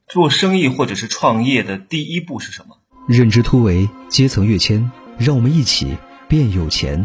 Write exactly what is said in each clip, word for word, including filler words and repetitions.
做生意或者是创业的第一步是什么？ 认知突围，阶层跃迁，让我们一起变有钱。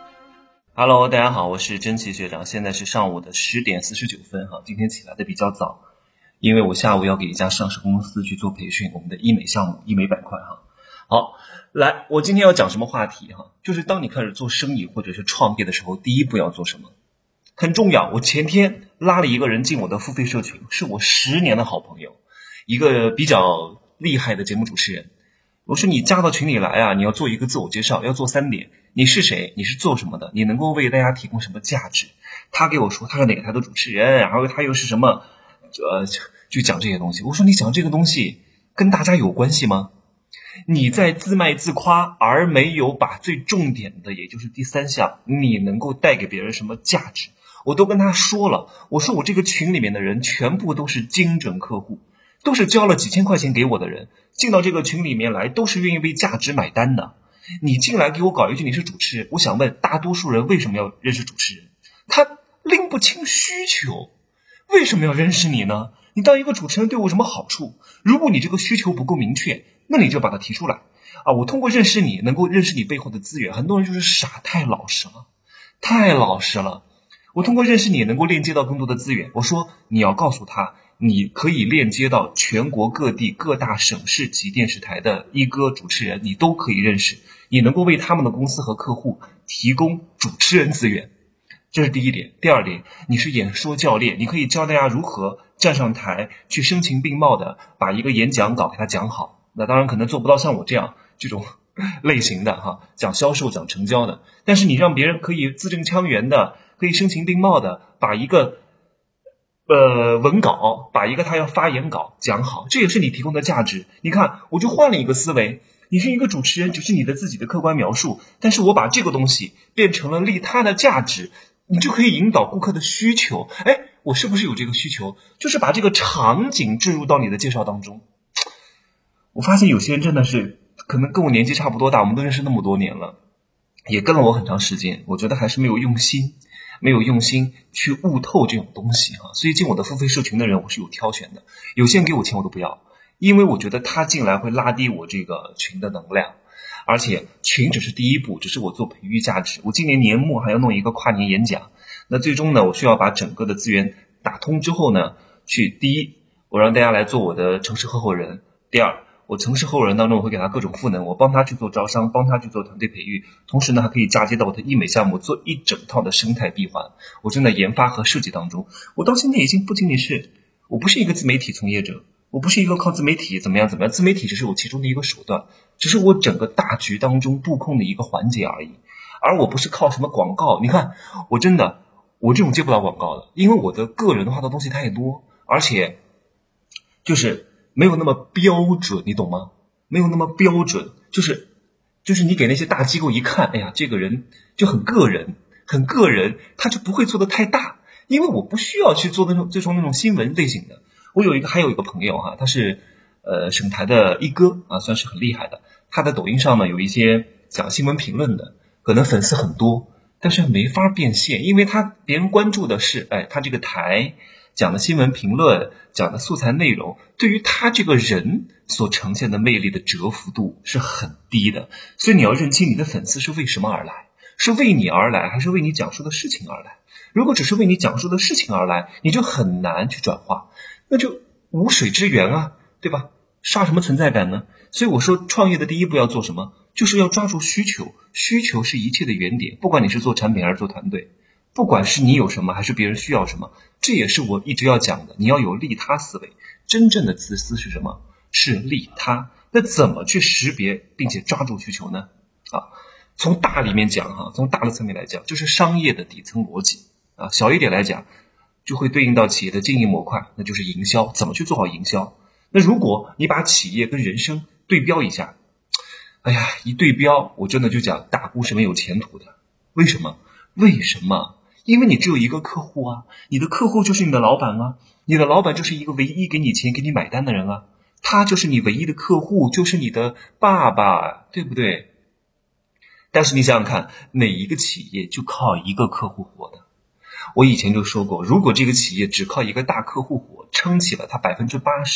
Hello， 大家好，我是真奇学长，现在是上午的十点四十九分哈。今天起来的比较早，因为我下午要给一家上市公司去做培训，我们的医美项目、医美板块哈。好，来，我今天要讲什么话题哈？就是当你开始做生意或者是创业的时候，第一步要做什么？很重要。我前天拉了一个人进我的付费社群，是我十年的好朋友，一个比较厉害的节目主持人。我说你加到群里来啊，你要做一个自我介绍，要做三点。你是谁？你是做什么的？你能够为大家提供什么价值？他给我说他是哪个台的主持人，然后他又是什么，呃，就讲这些东西。我说你讲这个东西跟大家有关系吗？你在自卖自夸，而没有把最重点的，也就是第三项，你能够带给别人什么价值？我都跟他说了，我说我这个群里面的人全部都是精准客户，都是交了几千块钱给我的人，进到这个群里面来都是愿意为价值买单的。你进来给我搞一句你是主持人，我想问大多数人为什么要认识主持人？他拎不清需求，为什么要认识你呢？你当一个主持人对我有什么好处？如果你这个需求不够明确，那你就把它提出来啊！我通过认识你能够认识你背后的资源。很多人就是傻，太老实了，太老实了。我通过认识你能够链接到更多的资源。我说你要告诉他，你可以链接到全国各地各大省市级电视台的一哥主持人，你都可以认识，你能够为他们的公司和客户提供主持人资源，这是第一点。第二点，你是演说教练，你可以教大家如何站上台去声情并茂的把一个演讲稿给他讲好。那当然可能做不到像我这样这种类型的哈，讲销售讲成交的，但是你让别人可以字正腔圆的，可以声情并茂的把一个呃，文稿，把一个他要发言稿讲好，这也是你提供的价值。你看，我就换了一个思维，你是一个主持人，只是你的自己的客观描述，但是我把这个东西变成了利他的价值，你就可以引导顾客的需求。哎，我是不是有这个需求？就是把这个场景置入到你的介绍当中。我发现有些人真的是可能跟我年纪差不多大，我们都认识那么多年了，也跟了我很长时间，我觉得还是没有用心。没有用心去悟透这种东西哈，所以进我的付费社群的人我是有挑选的，有些人给我钱我都不要，因为我觉得他进来会拉低我这个群的能量，而且群只是第一步，只是我做培育价值。我今年年末还要弄一个跨年演讲，那最终呢，我需要把整个的资源打通之后呢，去第一，我让大家来做我的城市合伙人；第二，我城市合伙人当中我会给他各种赋能，我帮他去做招商，帮他去做团队培育，同时呢还可以嫁接到我的医美项目，做一整套的生态闭环。我正在研发和设计当中。我到现在已经不仅仅是，我不是一个自媒体从业者，我不是一个靠自媒体怎么样怎么样，自媒体只是我其中的一个手段，只是我整个大局当中布控的一个环节而已。而我不是靠什么广告，你看我真的我这种接不到广告的，因为我的个人化的东西太多，而且就是没有那么标准，你懂吗？没有那么标准，就是就是你给那些大机构一看，哎呀，这个人就很个人，很个人，他就不会做得太大，因为我不需要去做那种最终那种新闻类型的。我有一个还有一个朋友哈，他是呃省台的一哥啊，算是很厉害的。他的抖音上呢有一些讲新闻评论的，可能粉丝很多，但是没法变现，因为他别人关注的是，哎，他这个台讲的新闻评论，讲的素材内容，对于他这个人所呈现的魅力的折服度是很低的。所以你要认清你的粉丝是为什么而来，是为你而来，还是为你讲述的事情而来。如果只是为你讲述的事情而来，你就很难去转化，那就无水之源啊，对吧？刷什么存在感呢？所以我说创业的第一步要做什么，就是要抓住需求，需求是一切的原点，不管你是做产品还是做团队，不管是你有什么还是别人需要什么，这也是我一直要讲的，你要有利他思维。真正的自私是什么？是利他。那怎么去识别并且抓住需求呢？啊，从大里面讲哈，从大的层面来讲，就是商业的底层逻辑啊。小一点来讲，就会对应到企业的经营模块，那就是营销，怎么去做好营销。那如果你把企业跟人生对标一下，哎呀，一对标，我真的就讲大姑是没有前途的。为什么？为什么？因为你只有一个客户啊，你的客户就是你的老板啊，你的老板就是一个唯一给你钱给你买单的人啊，他就是你唯一的客户，就是你的爸爸，对不对？但是你想想看，哪一个企业就靠一个客户活的？我以前就说过，如果这个企业只靠一个大客户活，撑起了它百分之八十，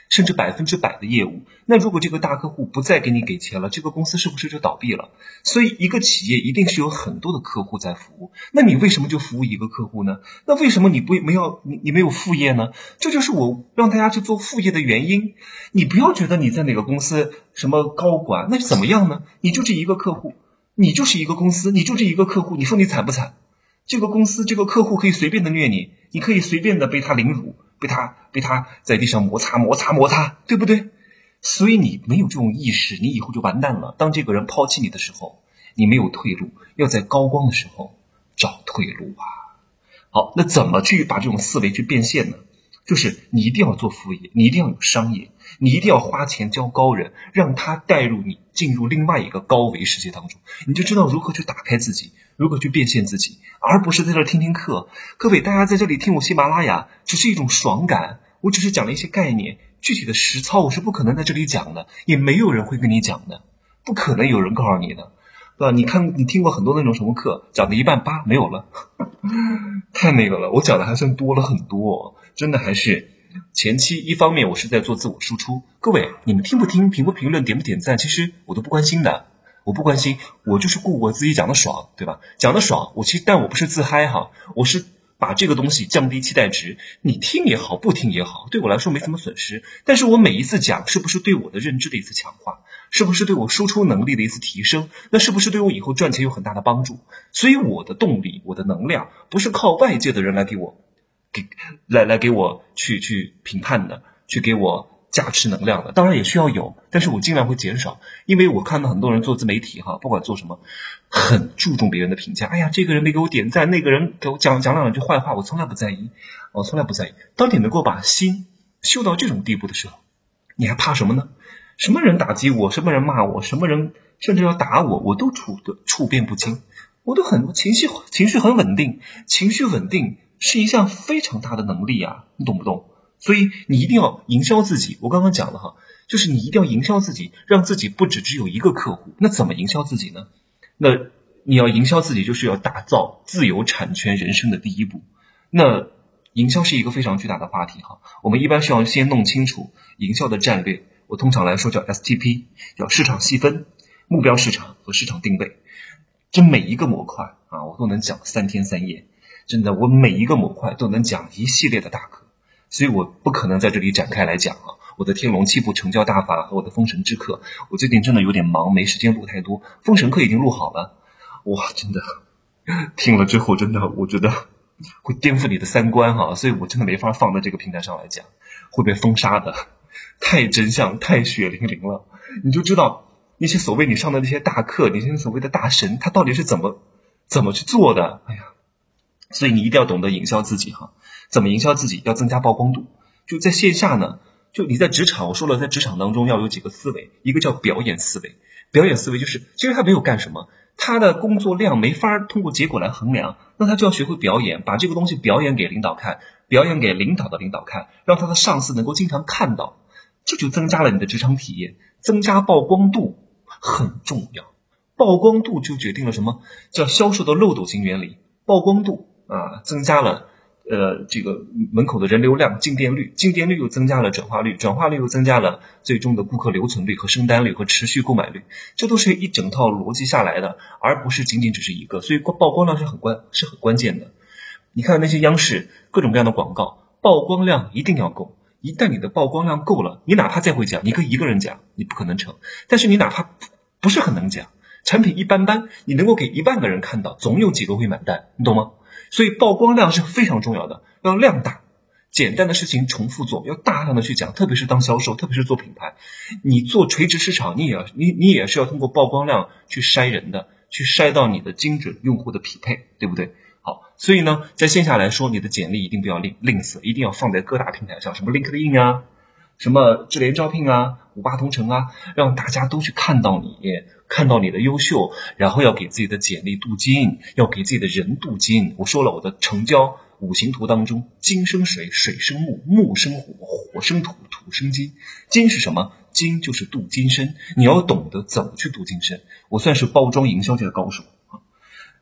甚至百分之百的业务。那如果这个大客户不再给你给钱了，这个公司是不是就倒闭了？所以一个企业一定是有很多的客户在服务，那你为什么就服务一个客户呢？那为什么你不没有你你没有副业呢？这就是我让大家去做副业的原因。你不要觉得你在哪个公司什么高管，那怎么样呢？你就这一个客户，你就是一个公司，你就这一个客户，你说你惨不惨？这个公司这个客户可以随便的虐你，你可以随便的被他凌辱，被他被他在地上摩擦摩擦摩擦，对不对？所以你没有这种意识，你以后就完蛋了。当这个人抛弃你的时候，你没有退路，要在高光的时候找退路啊。好，那怎么去把这种思维去变现呢？就是你一定要做副业，你一定要有商业，你一定要花钱教高人，让他带入你进入另外一个高维世界当中，你就知道如何去打开自己，如何去变现自己，而不是在这听听课。各位大家在这里听我喜马拉雅只是一种爽感，我只是讲了一些概念，具体的实操我是不可能在这里讲的，也没有人会跟你讲的，不可能有人告诉你的，对吧？你看你听过很多那种什么课，讲的一半八没有了，太那个了，我讲的还算多了很多，真的还是前期一方面我是在做自我输出，各位你们听不听，评不评论，点不点赞，其实我都不关心的，我不关心，我就是顾我自己讲的爽，对吧？讲的爽，我其实但我不是自嗨哈，我是把这个东西降低期待值，你听也好，不听也好，对我来说没什么损失。但是我每一次讲，是不是对我的认知的一次强化？是不是对我输出能力的一次提升？那是不是对我以后赚钱有很大的帮助？所以我的动力，我的能量，不是靠外界的人来给我，给来来给我去去评判的，去给我加持能量的。当然也需要有，但是我尽量会减少，因为我看到很多人做自媒体哈，不管做什么，很注重别人的评价。哎呀，这个人没给我点赞，那个人给我讲讲两句坏话，我从来不在意，我从来不在意。当你能够把心修到这种地步的时候，你还怕什么呢？什么人打击我，什么人骂我，什么人甚至要打我，我都处的处变不惊，我都很情绪情绪很稳定，情绪稳定是一项非常大的能力啊，你懂不懂？所以你一定要营销自己，我刚刚讲了哈，就是你一定要营销自己，让自己不只只有一个客户。那怎么营销自己呢？那你要营销自己，就是要打造自有产权人生的第一步。那营销是一个非常巨大的话题哈，我们一般是要先弄清楚营销的战略，我通常来说叫 S T P， 叫市场细分、目标市场和市场定位。这每一个模块啊，我都能讲三天三夜，真的，我每一个模块都能讲一系列的大课，所以我不可能在这里展开来讲啊。我的天龙七步成交大法和我的封神之课，我最近真的有点忙，没时间录太多。封神课已经录好了，哇，真的听了之后，真的我觉得会颠覆你的三观哈，所以我真的没法放在这个平台上来讲，会被封杀的。太真相，太血淋淋了，你就知道那些所谓你上的那些大课，那些所谓的大神，他到底是怎么怎么去做的？哎呀，所以你一定要懂得营销自己哈。怎么营销自己？要增加曝光度。就在线下呢，就你在职场，我说了，在职场当中要有几个思维，一个叫表演思维。表演思维就是其实他没有干什么，他的工作量没法通过结果来衡量，那他就要学会表演，把这个东西表演给领导看，表演给领导的领导看，让他的上司能够经常看到。这就增加了你的职场体验，增加曝光度很重要。曝光度就决定了什么？叫销售的漏斗型原理。曝光度啊，增加了呃这个门口的人流量，进店率，进店率又增加了转化率，转化率又增加了最终的顾客留存率和升单率和持续购买率。这都是一整套逻辑下来的，而不是仅仅只是一个。所以曝光量是很关是很关键的。你看那些央视各种各样的广告，曝光量一定要够。一旦你的曝光量够了，你哪怕再会讲，你可以一个人讲，你不可能成。但是你哪怕不是很能讲，产品一般般，你能够给一万个人看到，总有几个会买单，你懂吗？所以曝光量是非常重要的，要量大，简单的事情重复做，要大量的去讲，特别是当销售，特别是做品牌，你做垂直市场，你也要你你也是要通过曝光量去筛人的，去筛到你的精准用户的匹配，对不对？好，所以呢，在线下来说，你的简历一定不要吝吝啬，一定要放在各大平台上，什么 LinkedIn 啊，什么智联招聘啊，五八同城啊，让大家都去看到你，看到你的优秀，然后要给自己的简历镀金，要给自己的人镀金。我说了，我的成交五行图当中，金生水，水生木，木生火，火生土，土生金。金是什么？金就是镀金身，你要懂得怎么去镀金身。我算是包装营销界的高手啊。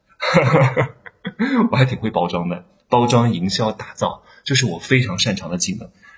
我还挺会包装的，包装、营销、打造，这是我非常擅长的技能。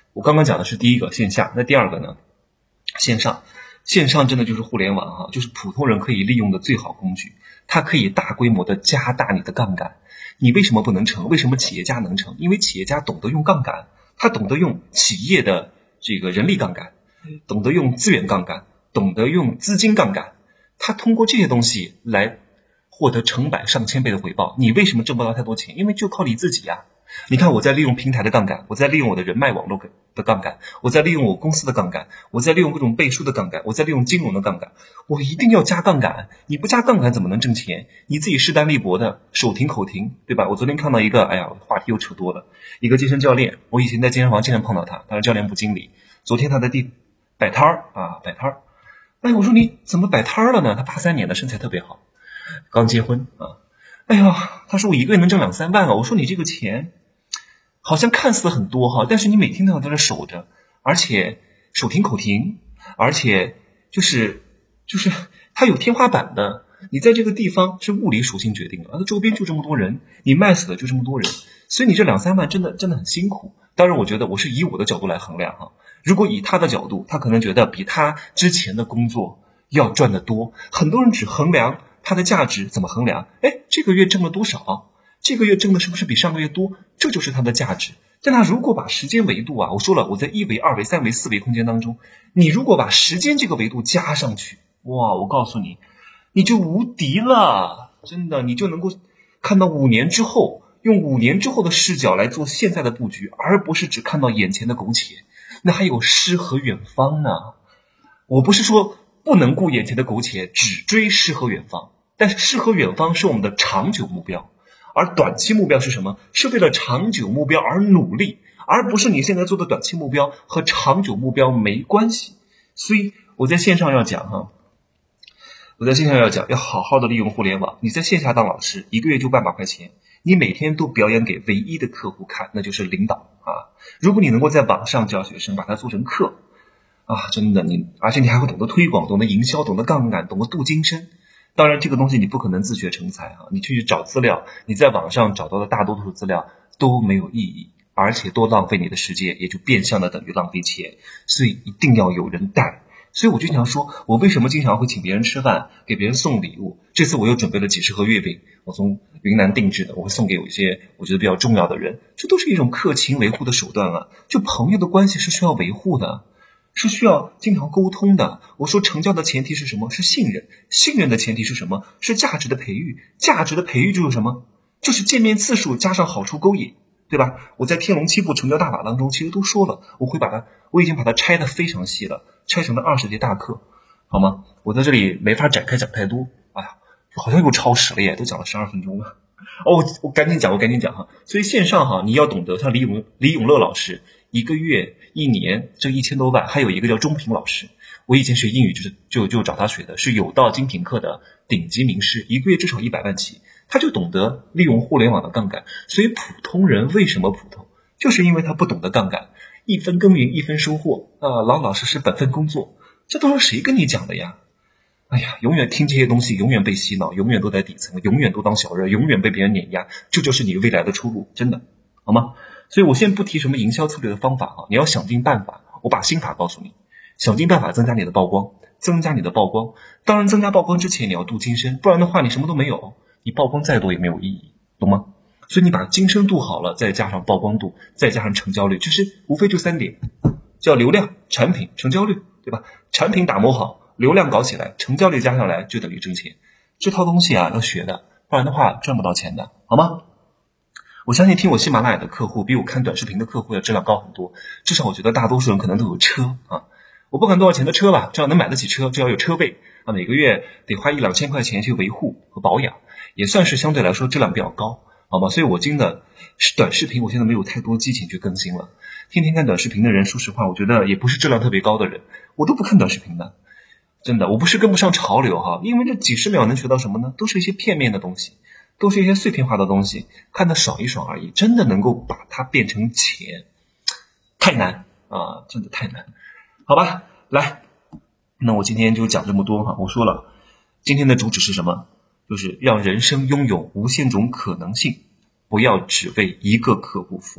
我刚刚讲的是第一个线下，那第二个呢？线上。线上真的就是互联网哈，就是普通人可以利用的最好工具，它可以大规模的加大你的杠杆。你为什么不能成？为什么企业家能成？因为企业家懂得用杠杆，他懂得用企业的这个人力杠杆，懂得用资源杠杆，懂得用资金杠杆，他通过这些东西来获得成百上千倍的回报。你为什么挣不到太多钱？因为就靠你自己呀。你看我在利用平台的杠杆，我在利用我的人脉网络的杠杆，我在利用我公司的杠杆，我在利用各种背书的杠杆，我在利用金融的杠杆。我一定要加杠杆，你不加杠杆怎么能挣钱？你自己势单力薄的，手停口停，对吧？我昨天看到一个，哎呀，话题又扯多了，一个健身教练，我以前在健身房经常碰到他，他是教练部经理。昨天他在地摆摊儿啊，摆摊儿。哎，我说你怎么摆摊儿了呢？他八三年的，身材特别好，刚结婚啊。哎呀，他说我一个月能挣两三万啊。我说你这个钱好像看似很多哈，但是你每天都要在这守着，而且手停口停，而且就是就是它有天花板的。你在这个地方是物理属性决定的，而周边就这么多人，你卖死的就这么多人，所以你这两三万真的真的很辛苦。当然我觉得我是以我的角度来衡量哈，如果以他的角度，他可能觉得比他之前的工作要赚得多。很多人只衡量他的价值，怎么衡量？哎，这个月挣了多少？这个月挣的是不是比上个月多？这就是它的价值。但他如果把时间维度啊，我说了，我在一维、二维、三维、四维空间当中，你如果把时间这个维度加上去，哇，我告诉你，你就无敌了，真的，你就能够看到五年之后，用五年之后的视角来做现在的布局，而不是只看到眼前的苟且。那还有诗和远方呢。我不是说不能顾眼前的苟且，只追诗和远方，但是诗和远方是我们的长久目标。而短期目标是什么？是为了长久目标而努力，而不是你现在做的短期目标和长久目标没关系。所以我在线上要讲哈，我在线上要讲，要好好的利用互联网。你在线下当老师，一个月就万把块钱，你每天都表演给唯一的客户看，那就是领导啊。如果你能够在网上教学生，把它做成课啊，真的你，而且你还会懂得推广，懂得营销，懂得杠杆，懂得镀金身。当然这个东西你不可能自学成才啊，你去找资料，你在网上找到的大多数资料都没有意义，而且多浪费你的时间，也就变相的等于浪费钱。所以一定要有人带。所以我就想说，我为什么经常会请别人吃饭，给别人送礼物。这次我又准备了几十盒月饼，我从云南定制的，我会送给有一些我觉得比较重要的人，这都是一种客情维护的手段啊。就朋友的关系是需要维护的，是需要经常沟通的。我说成交的前提是什么？是信任。信任的前提是什么？是价值的培育。价值的培育就是什么？就是见面次数加上好处勾引，对吧？我在天龙七步成交大法当中其实都说了，我会把它，我已经把它拆得非常细了，拆成了二十节大课，好吗？我在这里没法展开讲太多。哎呀，好像又超时了耶，都讲了十二分钟了。哦，我我赶紧讲，我赶紧讲哈。所以线上哈，你要懂得，像李永李永乐老师，一个月一年挣一千多万，还有一个叫钟平老师，我以前学英语就是就就找他学的，是有道精品课的顶级名师，一个月至少一百万起，他就懂得利用互联网的杠杆。所以普通人为什么普通，就是因为他不懂得杠杆，一分耕耘一分收获啊，老老实实本分工作，这都是谁跟你讲的呀？哎呀，永远听这些东西，永远被洗脑，永远都在底层，永远都当小人，永远被别人碾压，这就是你未来的出路，真的，好吗？所以我先不提什么营销策略的方法啊，你要想尽办法，我把心法告诉你，想尽办法增加你的曝光，增加你的曝光。当然增加曝光之前你要镀金身，不然的话你什么都没有，你曝光再多也没有意义，懂吗？所以你把金身镀好了，再加上曝光度，再加上成交率，其实无非就三点，叫流量、产品、成交率，对吧？产品打磨好，流量搞起来，成交率加上来，就等于挣钱。这套东西啊要学的，不然的话赚不到钱的，好吗？我相信听我喜马拉雅的客户比我看短视频的客户要质量高很多，至少我觉得大多数人可能都有车啊。我不管多少钱的车吧，只要能买得起车，只要有车位啊，每个月得花一两千块钱去维护和保养，也算是相对来说质量比较高，好吗？所以我真的短视频我现在没有太多激情去更新了。天天看短视频的人，说实话我觉得也不是质量特别高的人，我都不看短视频的，真的，我不是跟不上潮流哈，因为这几十秒能学到什么呢？都是一些片面的东西，都是一些碎片化的东西，看得爽一爽而已，真的能够把它变成钱，太难啊，真的太难。好吧，来，那我今天就讲这么多哈。我说了，今天的主旨是什么？就是让人生拥有无限种可能性，不要只为一个客户服务。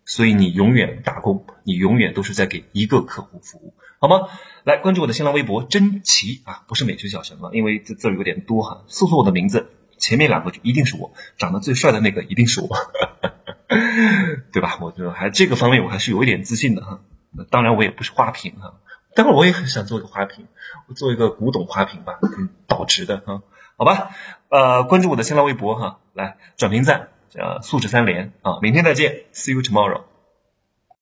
所以你永远打工，你永远都是在给一个客户服务，好吗？来关注我的新浪微博真奇啊，不是美食小神啊，因为这字有点多哈，搜索我的名字，前面两个就一定是我，长得最帅的那个一定是我，对吧？我觉得还这个方面我还是有一点自信的哈。当然我也不是花瓶哈，当然我也很想做一个花瓶，我做一个古董花瓶吧，嗯，保值的哈，好吧？呃，关注我的新浪微博哈，来转评赞，呃，素质三连啊，明天再见 ，See you tomorrow。